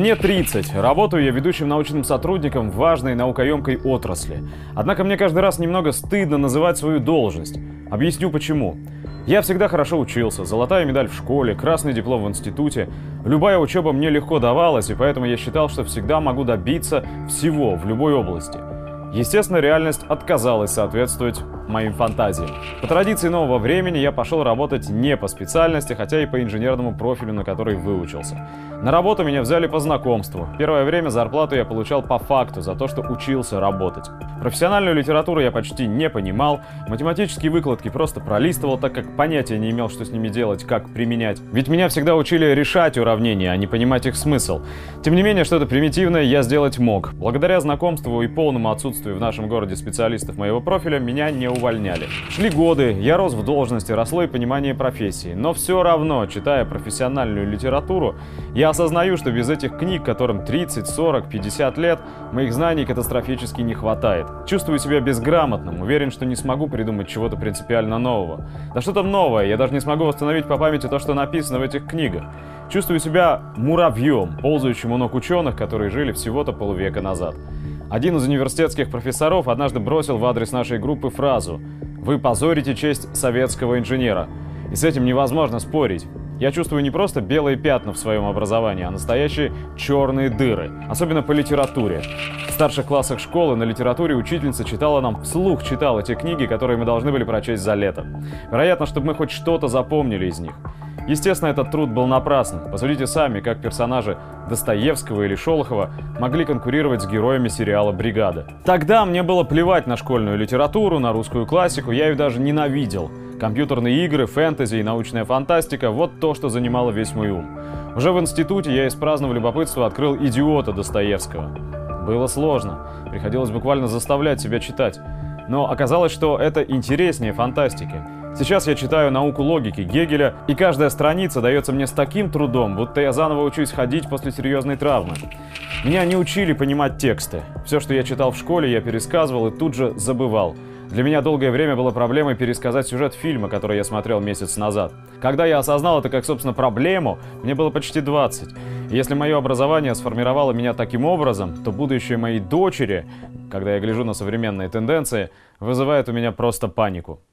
Мне 30. Работаю я ведущим научным сотрудником в важной наукоемкой отрасли. Однако мне каждый раз немного стыдно называть свою должность. Объясню почему. Я всегда хорошо учился, золотая медаль в школе, красный диплом в институте. Любая учеба мне легко давалась, и поэтому я считал, что всегда могу добиться всего в любой области. Естественно, реальность отказалась соответствовать моим фантазиям. По традиции нового времени я пошел работать не по специальности, хотя и по инженерному профилю, на который выучился. На работу меня взяли по знакомству. Первое время зарплату я получал по факту за то, что учился работать. Профессиональную литературу я почти не понимал, математические выкладки просто пролистывал, так как понятия не имел, что с ними делать, как применять. Ведь меня всегда учили решать уравнения, а не понимать их смысл. Тем не менее, что-то примитивное я сделать мог. Благодаря знакомству и полному отсутствию в нашем городе специалистов моего профиля, меня не увольняли. Шли годы, я рос в должности, росло и понимание профессии. Но все равно, читая профессиональную литературу, я осознаю, что без этих книг, которым 30, 40, 50 лет, моих знаний катастрофически не хватает. Чувствую себя безграмотным, уверен, что не смогу придумать чего-то принципиально нового. Да что там новое, я даже не смогу восстановить по памяти то, что написано в этих книгах. Чувствую себя муравьем, ползающим у ног ученых, которые жили всего-то полвека назад. Один из университетских профессоров однажды бросил в адрес нашей группы фразу: «Вы позорите честь советского инженера». И с этим невозможно спорить. Я чувствую не просто белые пятна в своем образовании, а настоящие черные дыры. Особенно по литературе. В старших классах школы на литературе учительница читала нам, вслух читала те книги, которые мы должны были прочесть за лето. Вероятно, чтобы мы хоть что-то запомнили из них. Естественно, этот труд был напрасным. Посудите сами, как персонажи Достоевского или Шолохова могли конкурировать с героями сериала «Бригада». Тогда мне было плевать на школьную литературу, на русскую классику, я ее даже ненавидел. Компьютерные игры, фэнтези и научная фантастика – вот то, что занимало весь мой ум. Уже в институте я из праздного любопытства открыл «Идиота» Достоевского. Было сложно, приходилось буквально заставлять себя читать. Но оказалось, что это интереснее фантастики. Сейчас я читаю «Науку логики» Гегеля, и каждая страница дается мне с таким трудом, будто я заново учусь ходить после серьезной травмы. Меня не учили понимать тексты. Все, что я читал в школе, я пересказывал и тут же забывал. Для меня долгое время было проблемой пересказать сюжет фильма, который я смотрел месяц назад. Когда я осознал это как, собственно, проблему, мне было почти 20. И если мое образование сформировало меня таким образом, то будущее моей дочери, когда я гляжу на современные тенденции, вызывает у меня просто панику.